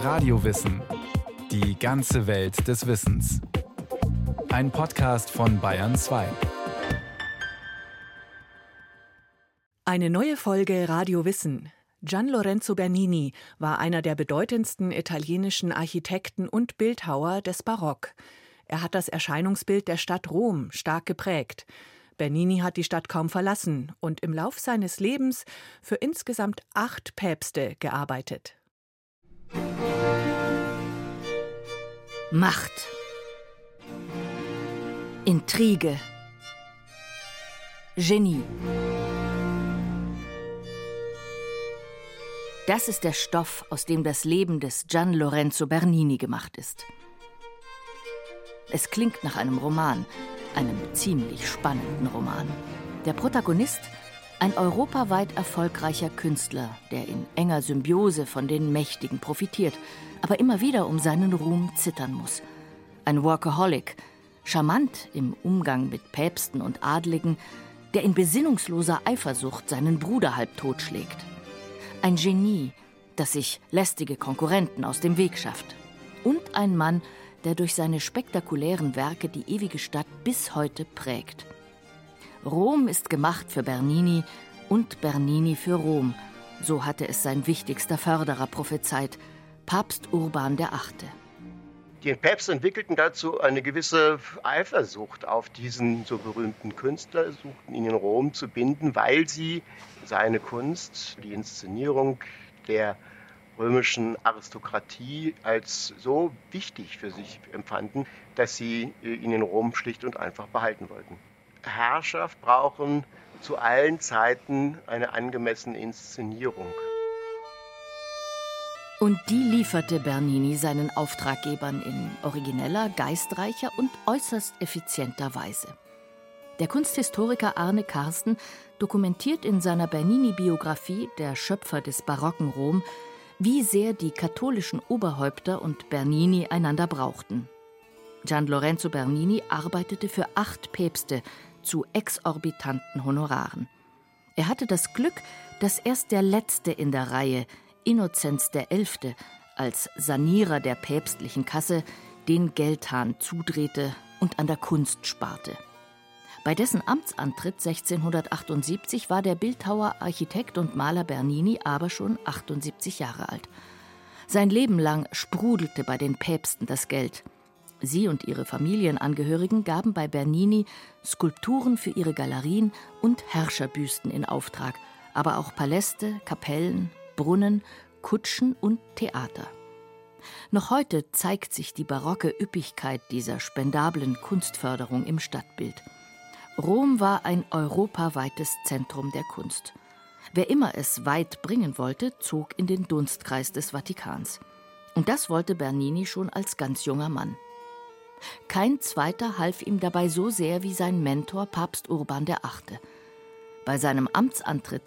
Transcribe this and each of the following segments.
Radiowissen. Die ganze Welt des Wissens. Ein Podcast von Bayern 2. Eine neue Folge Radio Wissen. Gian Lorenzo Bernini war einer der bedeutendsten italienischen Architekten und Bildhauer des Barock. Er hat das Erscheinungsbild der Stadt Rom stark geprägt. Bernini hat die Stadt kaum verlassen und im Lauf seines Lebens für insgesamt 8 Päpste gearbeitet. Macht, Intrige, Genie. Das ist der Stoff, aus dem das Leben des Gian Lorenzo Bernini gemacht ist. Es klingt nach einem Roman, einem ziemlich spannenden Roman. Der Protagonist, ein europaweit erfolgreicher Künstler, der in enger Symbiose von den Mächtigen profitiert, aber immer wieder um seinen Ruhm zittern muss. Ein Workaholic, charmant im Umgang mit Päpsten und Adligen, der in besinnungsloser Eifersucht seinen Bruder halb totschlägt. Ein Genie, das sich lästige Konkurrenten aus dem Weg schafft. Und ein Mann, der durch seine spektakulären Werke die ewige Stadt bis heute prägt. Rom ist gemacht für Bernini und Bernini für Rom. So hatte es sein wichtigster Förderer prophezeit, Papst Urban VIII. Die Päpste entwickelten dazu eine gewisse Eifersucht auf diesen so berühmten Künstler, suchten ihn in Rom zu binden, weil sie seine Kunst, die Inszenierung der römischen Aristokratie als so wichtig für sich empfanden, dass sie ihn in Rom schlicht und einfach behalten wollten. Herrscher brauchen zu allen Zeiten eine angemessene Inszenierung. Und die lieferte Bernini seinen Auftraggebern in origineller, geistreicher und äußerst effizienter Weise. Der Kunsthistoriker Arne Karsten dokumentiert in seiner Bernini-Biografie Der Schöpfer des barocken Rom, wie sehr die katholischen Oberhäupter und Bernini einander brauchten. Gian Lorenzo Bernini arbeitete für 8 Päpste zu exorbitanten Honoraren. Er hatte das Glück, dass erst der letzte in der Reihe, Innozenz XI., als Sanierer der päpstlichen Kasse den Geldhahn zudrehte und an der Kunst sparte. Bei dessen Amtsantritt 1678 war der Bildhauer, Architekt und Maler Bernini aber schon 78 Jahre alt. Sein Leben lang sprudelte bei den Päpsten das Geld. Sie und ihre Familienangehörigen gaben bei Bernini Skulpturen für ihre Galerien und Herrscherbüsten in Auftrag, aber auch Paläste, Kapellen, Brunnen, Kutschen und Theater. Noch heute zeigt sich die barocke Üppigkeit dieser spendablen Kunstförderung im Stadtbild. Rom war ein europaweites Zentrum der Kunst. Wer immer es weit bringen wollte, zog in den Dunstkreis des Vatikans. Und das wollte Bernini schon als ganz junger Mann. Kein zweiter half ihm dabei so sehr wie sein Mentor Papst Urban VIII. Bei seinem Amtsantritt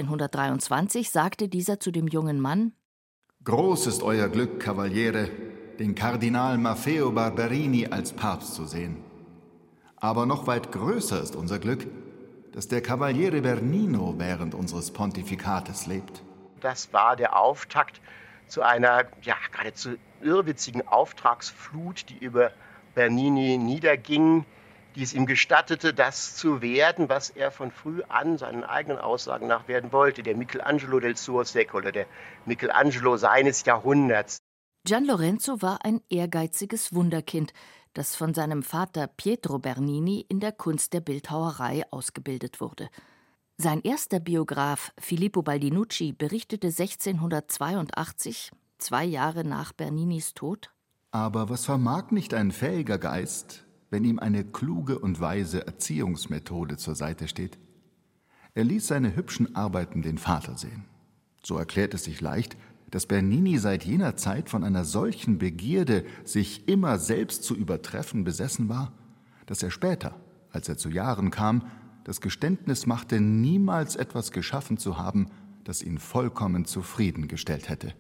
1623 sagte dieser zu dem jungen Mann: »Groß ist euer Glück, Cavaliere, den Kardinal Maffeo Barberini als Papst zu sehen. Aber noch weit größer ist unser Glück, dass der Cavaliere Bernino während unseres Pontifikates lebt.« Das war der Auftakt zu einer geradezu irrwitzigen Auftragsflut, die über Bernini niederging, die es ihm gestattete, das zu werden, was er von früh an seinen eigenen Aussagen nach werden wollte, der Michelangelo del suo secolo, der Michelangelo seines Jahrhunderts. Gian Lorenzo war ein ehrgeiziges Wunderkind, das von seinem Vater Pietro Bernini in der Kunst der Bildhauerei ausgebildet wurde. Sein erster Biograf Filippo Baldinucci berichtete 1682, 2 Jahre nach Berninis Tod: Aber was vermag nicht ein fähiger Geist, wenn ihm eine kluge und weise Erziehungsmethode zur Seite steht? Er ließ seine hübschen Arbeiten den Vater sehen. So erklärt es sich leicht, dass Bernini seit jener Zeit von einer solchen Begierde, sich immer selbst zu übertreffen, besessen war, dass er später, als er zu Jahren kam, das Geständnis machte, niemals etwas geschaffen zu haben, das ihn vollkommen zufriedengestellt hätte.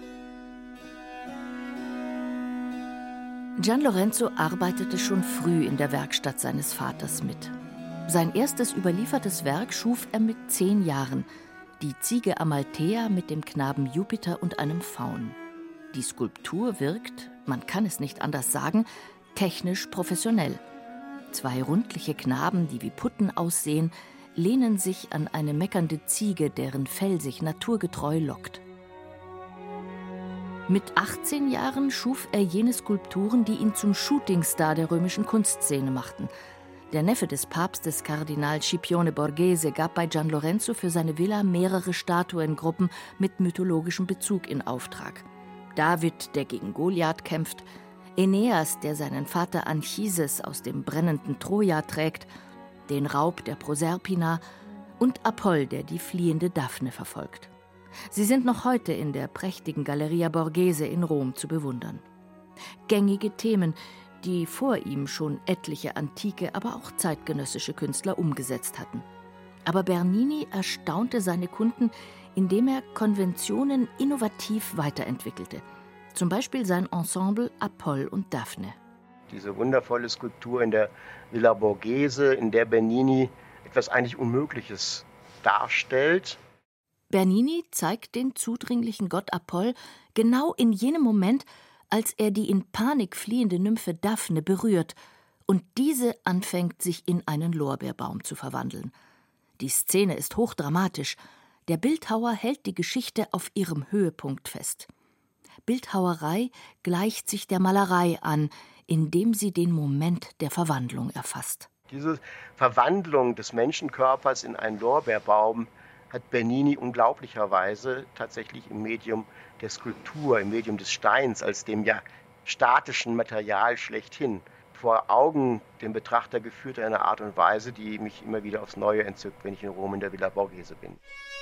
Gian Lorenzo arbeitete schon früh in der Werkstatt seines Vaters mit. Sein erstes überliefertes Werk schuf er mit 10 Jahren, die Ziege Amalthea mit dem Knaben Jupiter und einem Faun. Die Skulptur wirkt, man kann es nicht anders sagen, technisch professionell. 2 rundliche Knaben, die wie Putten aussehen, lehnen sich an eine meckernde Ziege, deren Fell sich naturgetreu lockt. Mit 18 Jahren schuf er jene Skulpturen, die ihn zum Shootingstar der römischen Kunstszene machten. Der Neffe des Papstes, Kardinal Scipione Borghese, gab bei Gian Lorenzo für seine Villa mehrere Statuengruppen mit mythologischem Bezug in Auftrag. David, der gegen Goliath kämpft, Aeneas, der seinen Vater Anchises aus dem brennenden Troja trägt, den Raub der Proserpina und Apoll, der die fliehende Daphne verfolgt. Sie sind noch heute in der prächtigen Galleria Borghese in Rom zu bewundern. Gängige Themen, die vor ihm schon etliche antike, aber auch zeitgenössische Künstler umgesetzt hatten. Aber Bernini erstaunte seine Kunden, indem er Konventionen innovativ weiterentwickelte. Zum Beispiel sein Ensemble Apoll und Daphne. Diese wundervolle Skulptur in der Villa Borghese, in der Bernini etwas eigentlich Unmögliches darstellt. Bernini zeigt den zudringlichen Gott Apoll genau in jenem Moment, als er die in Panik fliehende Nymphe Daphne berührt und diese anfängt, sich in einen Lorbeerbaum zu verwandeln. Die Szene ist hochdramatisch. Der Bildhauer hält die Geschichte auf ihrem Höhepunkt fest. Bildhauerei gleicht sich der Malerei an, indem sie den Moment der Verwandlung erfasst. Diese Verwandlung des Menschenkörpers in einen Lorbeerbaum hat Bernini unglaublicherweise tatsächlich im Medium der Skulptur, im Medium des Steins, als dem ja statischen Material schlechthin, vor Augen dem Betrachter geführt in einer Art und Weise, die mich immer wieder aufs Neue entzückt, wenn ich in Rom in der Villa Borghese bin.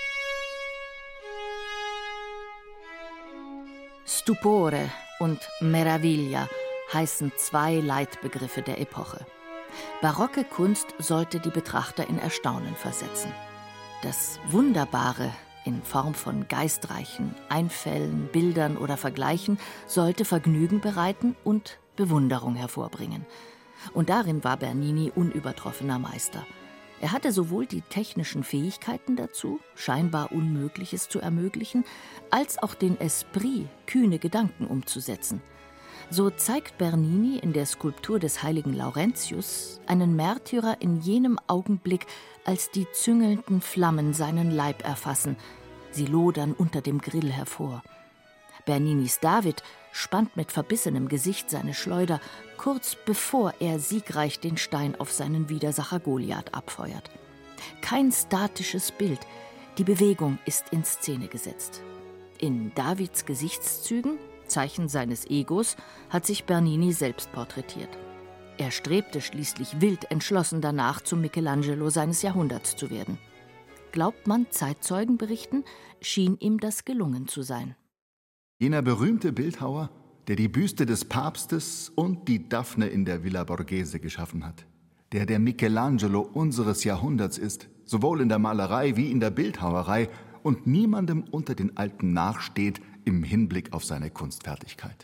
Stupore und Meraviglia heißen 2 Leitbegriffe der Epoche. Barocke Kunst sollte die Betrachter in Erstaunen versetzen. Das Wunderbare in Form von geistreichen Einfällen, Bildern oder Vergleichen sollte Vergnügen bereiten und Bewunderung hervorbringen. Und darin war Bernini unübertroffener Meister. Er hatte sowohl die technischen Fähigkeiten dazu, scheinbar Unmögliches zu ermöglichen, als auch den Esprit, kühne Gedanken umzusetzen. So zeigt Bernini in der Skulptur des heiligen Laurentius einen Märtyrer in jenem Augenblick, als die züngelnden Flammen seinen Leib erfassen. Sie lodern unter dem Grill hervor. Berninis David spannt mit verbissenem Gesicht seine Schleuder, kurz bevor er siegreich den Stein auf seinen Widersacher Goliath abfeuert. Kein statisches Bild, die Bewegung ist in Szene gesetzt. In Davids Gesichtszügen, Zeichen seines Egos, hat sich Bernini selbst porträtiert. Er strebte schließlich wild entschlossen danach, zum Michelangelo seines Jahrhunderts zu werden. Glaubt man Zeitzeugenberichten, schien ihm das gelungen zu sein. Jener berühmte Bildhauer, der die Büste des Papstes und die Daphne in der Villa Borghese geschaffen hat, der Michelangelo unseres Jahrhunderts ist, sowohl in der Malerei wie in der Bildhauerei, und niemandem unter den Alten nachsteht im Hinblick auf seine Kunstfertigkeit.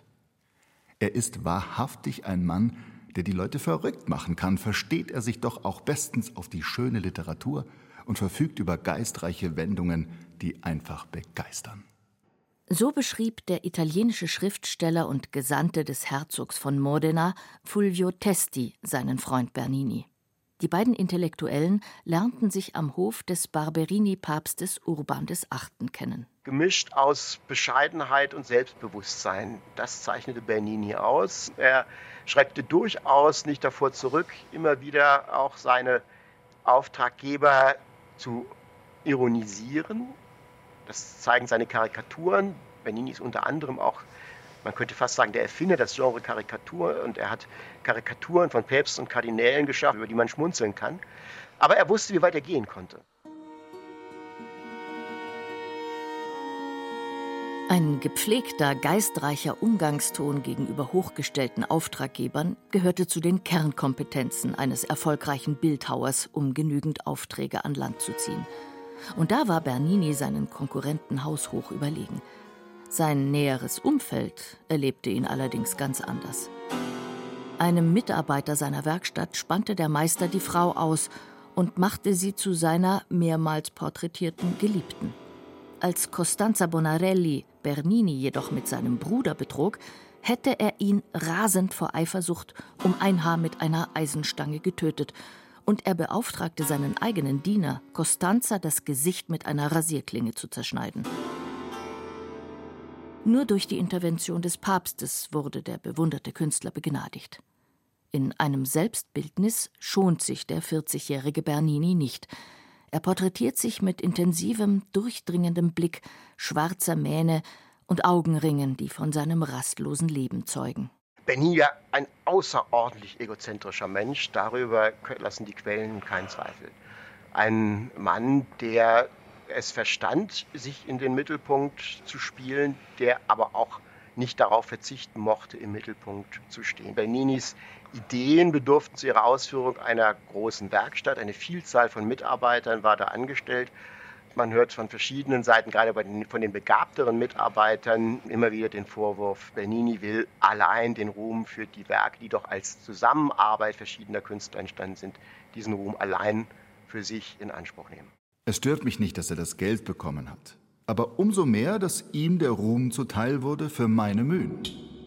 Er ist wahrhaftig ein Mann, der die Leute verrückt machen kann, versteht er sich doch auch bestens auf die schöne Literatur und verfügt über geistreiche Wendungen, die einfach begeistern. So beschrieb der italienische Schriftsteller und Gesandte des Herzogs von Modena, Fulvio Testi, seinen Freund Bernini. Die beiden Intellektuellen lernten sich am Hof des Barberini-Papstes Urban VIII. Kennen. Gemischt aus Bescheidenheit und Selbstbewusstsein. Das zeichnete Bernini aus. Er schreckte durchaus nicht davor zurück, immer wieder auch seine Auftraggeber zu ironisieren. Das zeigen seine Karikaturen. Bernini ist unter anderem auch, man könnte fast sagen, der Erfinder des Genre Karikatur. Und er hat Karikaturen von Päpsten und Kardinälen geschaffen, über die man schmunzeln kann. Aber er wusste, wie weit er gehen konnte. Ein gepflegter, geistreicher Umgangston gegenüber hochgestellten Auftraggebern gehörte zu den Kernkompetenzen eines erfolgreichen Bildhauers, um genügend Aufträge an Land zu ziehen. Und da war Bernini seinen Konkurrenten haushoch überlegen. Sein näheres Umfeld erlebte ihn allerdings ganz anders. Einem Mitarbeiter seiner Werkstatt spannte der Meister die Frau aus und machte sie zu seiner mehrmals porträtierten Geliebten. Als Costanza Bonarelli Bernini jedoch mit seinem Bruder betrog, hätte er ihn rasend vor Eifersucht um ein Haar mit einer Eisenstange getötet, und er beauftragte seinen eigenen Diener, Costanza das Gesicht mit einer Rasierklinge zu zerschneiden. Nur durch die Intervention des Papstes wurde der bewunderte Künstler begnadigt. In einem Selbstbildnis schont sich der 40-jährige Bernini nicht. Er porträtiert sich mit intensivem, durchdringendem Blick, schwarzer Mähne und Augenringen, die von seinem rastlosen Leben zeugen. Bernini war ein außerordentlich egozentrischer Mensch, darüber lassen die Quellen keinen Zweifel. Ein Mann, der es verstand, sich in den Mittelpunkt zu spielen, der aber auch nicht darauf verzichten mochte, im Mittelpunkt zu stehen. Berninis Ideen bedurften zu ihrer Ausführung einer großen Werkstatt. Eine Vielzahl von Mitarbeitern war da angestellt. Man hört von verschiedenen Seiten, gerade von den begabteren Mitarbeitern, immer wieder den Vorwurf, Bernini will allein den Ruhm für die Werke, die doch als Zusammenarbeit verschiedener Künstler entstanden sind, diesen Ruhm allein für sich in Anspruch nehmen. Es stört mich nicht, dass er das Geld bekommen hat. Aber umso mehr, dass ihm der Ruhm zuteil wurde für meine Mühen.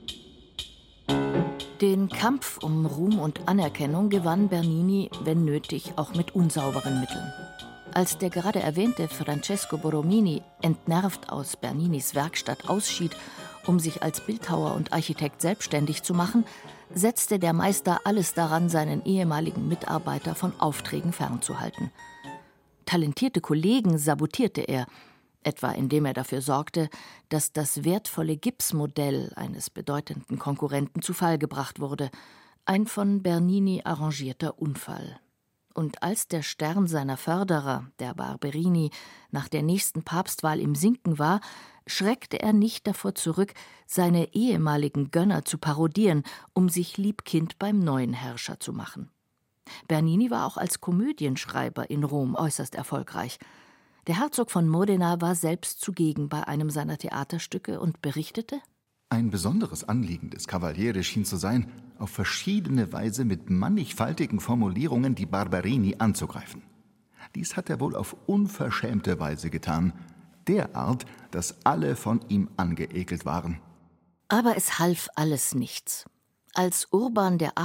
Den Kampf um Ruhm und Anerkennung gewann Bernini, wenn nötig, auch mit unsauberen Mitteln. Als der gerade erwähnte Francesco Borromini entnervt aus Berninis Werkstatt ausschied, um sich als Bildhauer und Architekt selbstständig zu machen, setzte der Meister alles daran, seinen ehemaligen Mitarbeiter von Aufträgen fernzuhalten. Talentierte Kollegen sabotierte er, etwa indem er dafür sorgte, dass das wertvolle Gipsmodell eines bedeutenden Konkurrenten zu Fall gebracht wurde, ein von Bernini arrangierter Unfall. Und als der Stern seiner Förderer, der Barberini, nach der nächsten Papstwahl im Sinken war, schreckte er nicht davor zurück, seine ehemaligen Gönner zu parodieren, um sich Liebkind beim neuen Herrscher zu machen. Bernini war auch als Komödienschreiber in Rom äußerst erfolgreich. Der Herzog von Modena war selbst zugegen bei einem seiner Theaterstücke und berichtete: Ein besonderes Anliegen des Cavaliere schien zu sein, auf verschiedene Weise mit mannigfaltigen Formulierungen die Barberini anzugreifen. Dies hat er wohl auf unverschämte Weise getan, derart, dass alle von ihm angeekelt waren. Aber es half alles nichts. Als Urban VIII.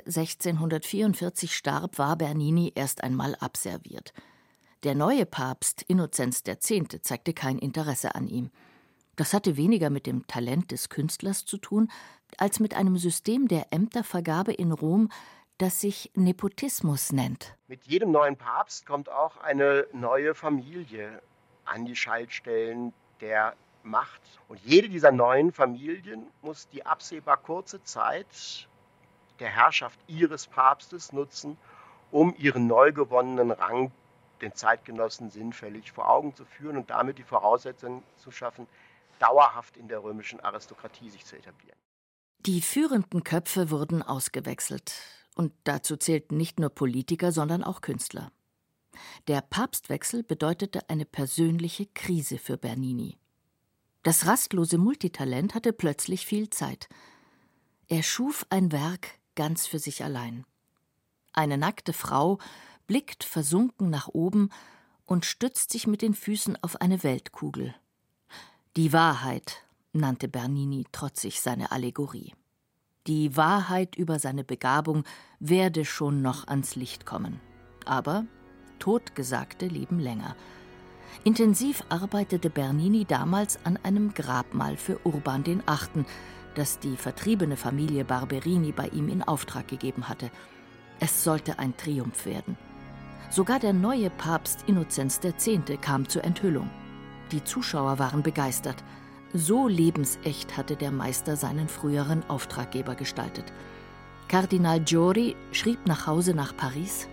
1644 starb, war Bernini erst einmal abserviert. Der neue Papst, Innozenz X., zeigte kein Interesse an ihm. Das hatte weniger mit dem Talent des Künstlers zu tun, als mit einem System der Ämtervergabe in Rom, das sich Nepotismus nennt. Mit jedem neuen Papst kommt auch eine neue Familie an die Schaltstellen der Macht. Und jede dieser neuen Familien muss die absehbar kurze Zeit der Herrschaft ihres Papstes nutzen, um ihren neu gewonnenen Rang den Zeitgenossen sinnfällig vor Augen zu führen und damit die Voraussetzungen zu schaffen, dauerhaft in der römischen Aristokratie sich zu etablieren. Die führenden Köpfe wurden ausgewechselt. Und dazu zählten nicht nur Politiker, sondern auch Künstler. Der Papstwechsel bedeutete eine persönliche Krise für Bernini. Das rastlose Multitalent hatte plötzlich viel Zeit. Er schuf ein Werk ganz für sich allein. Eine nackte Frau blickt versunken nach oben und stützt sich mit den Füßen auf eine Weltkugel. Die Wahrheit nannte Bernini trotzig seine Allegorie. Die Wahrheit über seine Begabung werde schon noch ans Licht kommen. Aber Totgesagte leben länger. Intensiv arbeitete Bernini damals an einem Grabmal für Urban VIII., das die vertriebene Familie Barberini bei ihm in Auftrag gegeben hatte. Es sollte ein Triumph werden. Sogar der neue Papst Innozenz X. kam zur Enthüllung. Die Zuschauer waren begeistert. So lebensecht hatte der Meister seinen früheren Auftraggeber gestaltet. Kardinal Giori schrieb nach Hause nach Paris: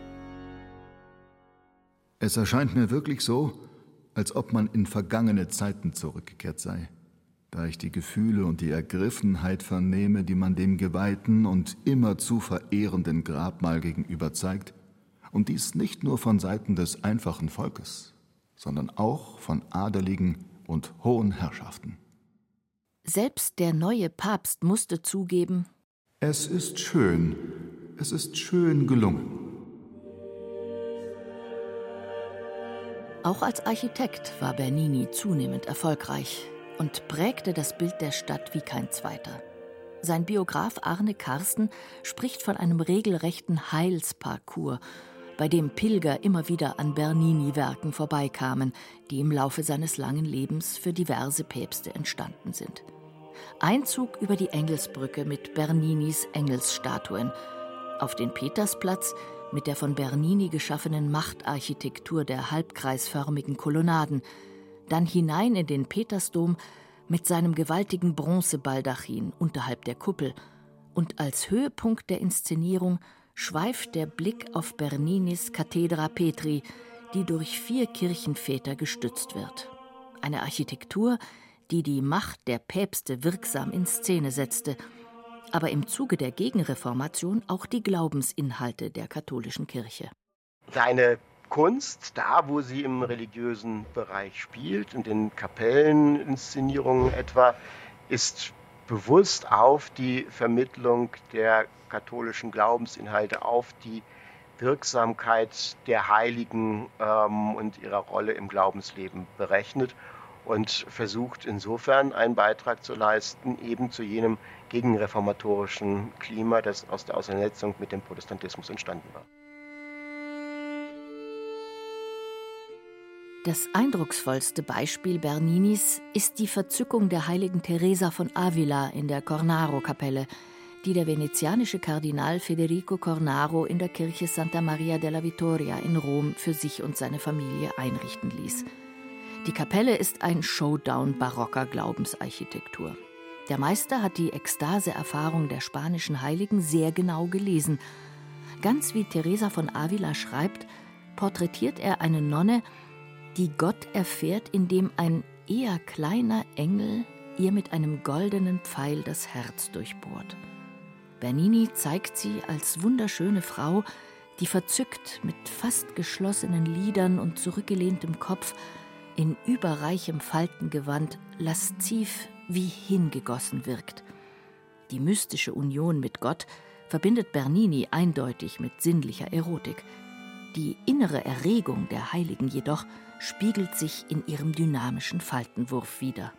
Es erscheint mir wirklich so, als ob man in vergangene Zeiten zurückgekehrt sei, da ich die Gefühle und die Ergriffenheit vernehme, die man dem geweihten und immerzu verehrenden Grabmal gegenüber zeigt, und dies nicht nur von Seiten des einfachen Volkes, sondern auch von adeligen und hohen Herrschaften. Selbst der neue Papst musste zugeben: Es ist schön gelungen. Auch als Architekt war Bernini zunehmend erfolgreich und prägte das Bild der Stadt wie kein zweiter. Sein Biograf Arne Karsten spricht von einem regelrechten Heilsparcours, bei dem Pilger immer wieder an Bernini-Werken vorbeikamen, die im Laufe seines langen Lebens für diverse Päpste entstanden sind. Einzug über die Engelsbrücke mit Berninis Engelsstatuen, auf den Petersplatz mit der von Bernini geschaffenen Machtarchitektur der halbkreisförmigen Kolonnaden, dann hinein in den Petersdom mit seinem gewaltigen Bronzebaldachin unterhalb der Kuppel, und als Höhepunkt der Inszenierung schweift der Blick auf Berninis Cathedra Petri, die durch 4 Kirchenväter gestützt wird. Eine Architektur, die die Macht der Päpste wirksam in Szene setzte, aber im Zuge der Gegenreformation auch die Glaubensinhalte der katholischen Kirche. Seine Kunst, da wo sie im religiösen Bereich spielt, in den Kapelleninszenierungen etwa, ist bewusst auf die Vermittlung der katholischen Glaubensinhalte, auf die Wirksamkeit der Heiligen und ihrer Rolle im Glaubensleben berechnet und versucht insofern einen Beitrag zu leisten, eben zu jenem gegenreformatorischen Klima, das aus der Auseinandersetzung mit dem Protestantismus entstanden war. Das eindrucksvollste Beispiel Berninis ist die Verzückung der heiligen Teresa von Avila in der Cornaro-Kapelle, die der venezianische Kardinal Federico Cornaro in der Kirche Santa Maria della Vittoria in Rom für sich und seine Familie einrichten ließ. Die Kapelle ist ein Showdown barocker Glaubensarchitektur. Der Meister hat die Ekstase-Erfahrung der spanischen Heiligen sehr genau gelesen. Ganz wie Teresa von Avila schreibt, porträtiert er eine Nonne, die Gott erfährt, indem ein eher kleiner Engel ihr mit einem goldenen Pfeil das Herz durchbohrt. Bernini zeigt sie als wunderschöne Frau, die verzückt mit fast geschlossenen Lidern und zurückgelehntem Kopf in überreichem Faltengewand lasziv wie hingegossen wirkt. Die mystische Union mit Gott verbindet Bernini eindeutig mit sinnlicher Erotik. Die innere Erregung der Heiligen jedoch spiegelt sich in ihrem dynamischen Faltenwurf wider.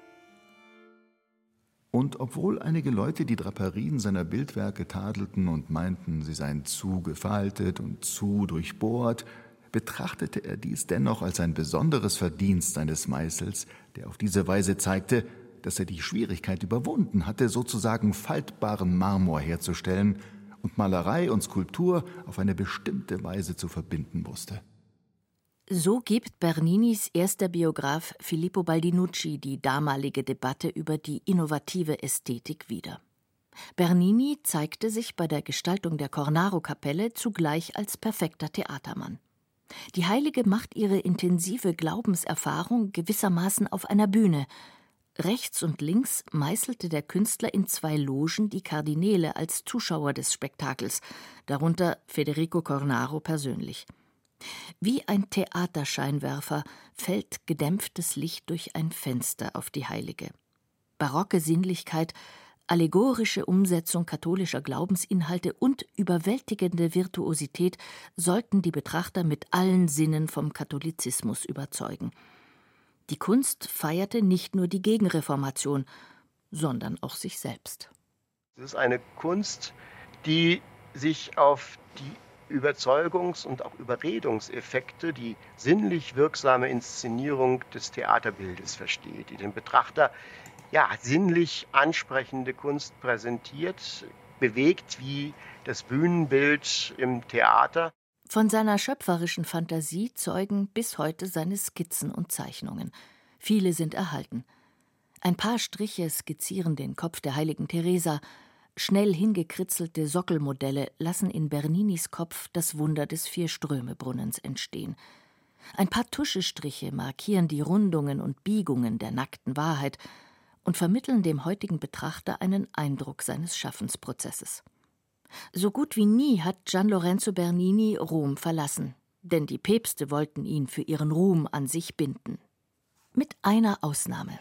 Und obwohl einige Leute die Draperien seiner Bildwerke tadelten und meinten, sie seien zu gefaltet und zu durchbohrt, betrachtete er dies dennoch als ein besonderes Verdienst seines Meißels, der auf diese Weise zeigte, dass er die Schwierigkeit überwunden hatte, sozusagen faltbaren Marmor herzustellen und Malerei und Skulptur auf eine bestimmte Weise zu verbinden wusste. So gibt Berninis erster Biograf Filippo Baldinucci die damalige Debatte über die innovative Ästhetik wieder. Bernini zeigte sich bei der Gestaltung der Cornaro-Kapelle zugleich als perfekter Theatermann. Die Heilige macht ihre intensive Glaubenserfahrung gewissermaßen auf einer Bühne. Rechts und links meißelte der Künstler in 2 Logen die Kardinäle als Zuschauer des Spektakels, darunter Federico Cornaro persönlich. Wie ein Theaterscheinwerfer fällt gedämpftes Licht durch ein Fenster auf die Heilige. Barocke Sinnlichkeit, allegorische Umsetzung katholischer Glaubensinhalte und überwältigende Virtuosität sollten die Betrachter mit allen Sinnen vom Katholizismus überzeugen. Die Kunst feierte nicht nur die Gegenreformation, sondern auch sich selbst. Es ist eine Kunst, die sich auf die Überzeugungs- und auch Überredungseffekte, die sinnlich wirksame Inszenierung des Theaterbildes versteht, die den Betrachter sinnlich ansprechende Kunst präsentiert, bewegt wie das Bühnenbild im Theater. Von seiner schöpferischen Fantasie zeugen bis heute seine Skizzen und Zeichnungen. Viele sind erhalten. Ein paar Striche skizzieren den Kopf der heiligen Teresa. Schnell hingekritzelte Sockelmodelle lassen in Berninis Kopf das Wunder des Vierströmebrunnens entstehen. Ein paar Tuschestriche markieren die Rundungen und Biegungen der nackten Wahrheit und vermitteln dem heutigen Betrachter einen Eindruck seines Schaffensprozesses. So gut wie nie hat Gian Lorenzo Bernini Rom verlassen, denn die Päpste wollten ihn für ihren Ruhm an sich binden. Mit einer Ausnahme.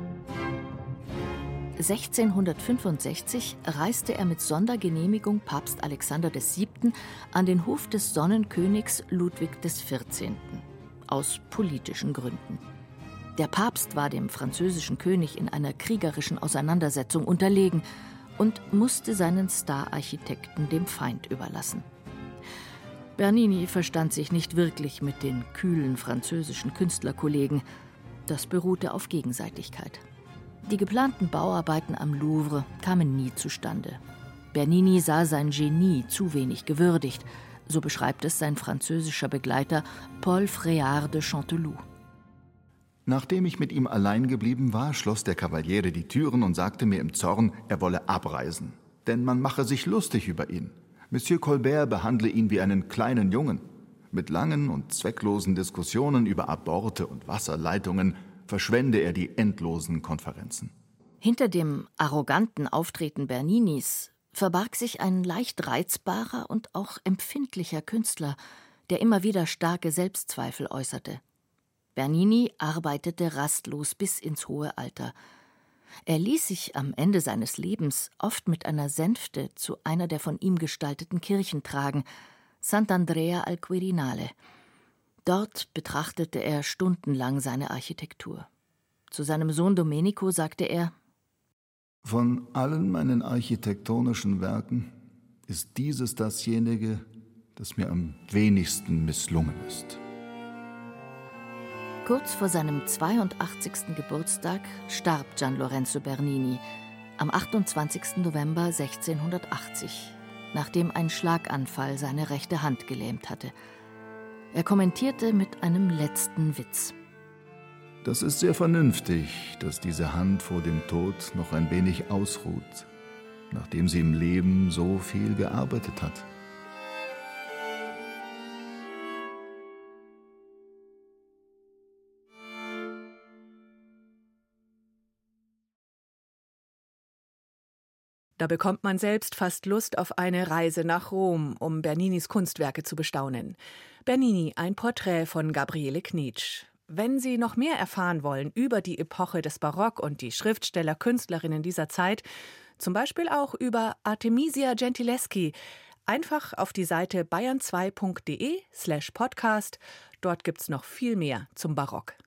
1665 reiste er mit Sondergenehmigung Papst Alexander VII. An den Hof des Sonnenkönigs Ludwig XIV. aus politischen Gründen. Der Papst war dem französischen König in einer kriegerischen Auseinandersetzung unterlegen und musste seinen Star-Architekten dem Feind überlassen. Bernini verstand sich nicht wirklich mit den kühlen französischen Künstlerkollegen. Das beruhte auf Gegenseitigkeit. Die geplanten Bauarbeiten am Louvre kamen nie zustande. Bernini sah sein Genie zu wenig gewürdigt, so beschreibt es sein französischer Begleiter Paul Fréard de Chanteloup. Nachdem ich mit ihm allein geblieben war, schloss der Kavaliere die Türen und sagte mir im Zorn, er wolle abreisen, denn man mache sich lustig über ihn. Monsieur Colbert behandle ihn wie einen kleinen Jungen. Mit langen und zwecklosen Diskussionen über Aborte und Wasserleitungen verschwende er die endlosen Konferenzen. Hinter dem arroganten Auftreten Berninis verbarg sich ein leicht reizbarer und auch empfindlicher Künstler, der immer wieder starke Selbstzweifel äußerte. Bernini arbeitete rastlos bis ins hohe Alter. Er ließ sich am Ende seines Lebens oft mit einer Sänfte zu einer der von ihm gestalteten Kirchen tragen, Sant'Andrea al Quirinale. Dort betrachtete er stundenlang seine Architektur. Zu seinem Sohn Domenico sagte er: Von allen meinen architektonischen Werken ist dieses dasjenige, das mir am wenigsten misslungen ist. Kurz vor seinem 82. Geburtstag starb Gian Lorenzo Bernini am 28. November 1680, nachdem ein Schlaganfall seine rechte Hand gelähmt hatte. Er kommentierte mit einem letzten Witz: Das ist sehr vernünftig, dass diese Hand vor dem Tod noch ein wenig ausruht, nachdem sie im Leben so viel gearbeitet hat. Da bekommt man selbst fast Lust auf eine Reise nach Rom, um Berninis Kunstwerke zu bestaunen. Bernini, ein Porträt von Gabriele Knitsch. Wenn Sie noch mehr erfahren wollen über die Epoche des Barock und die Schriftsteller, Künstlerinnen dieser Zeit, zum Beispiel auch über Artemisia Gentileschi, einfach auf die Seite bayern2.de/podcast. Dort gibt's noch viel mehr zum Barock.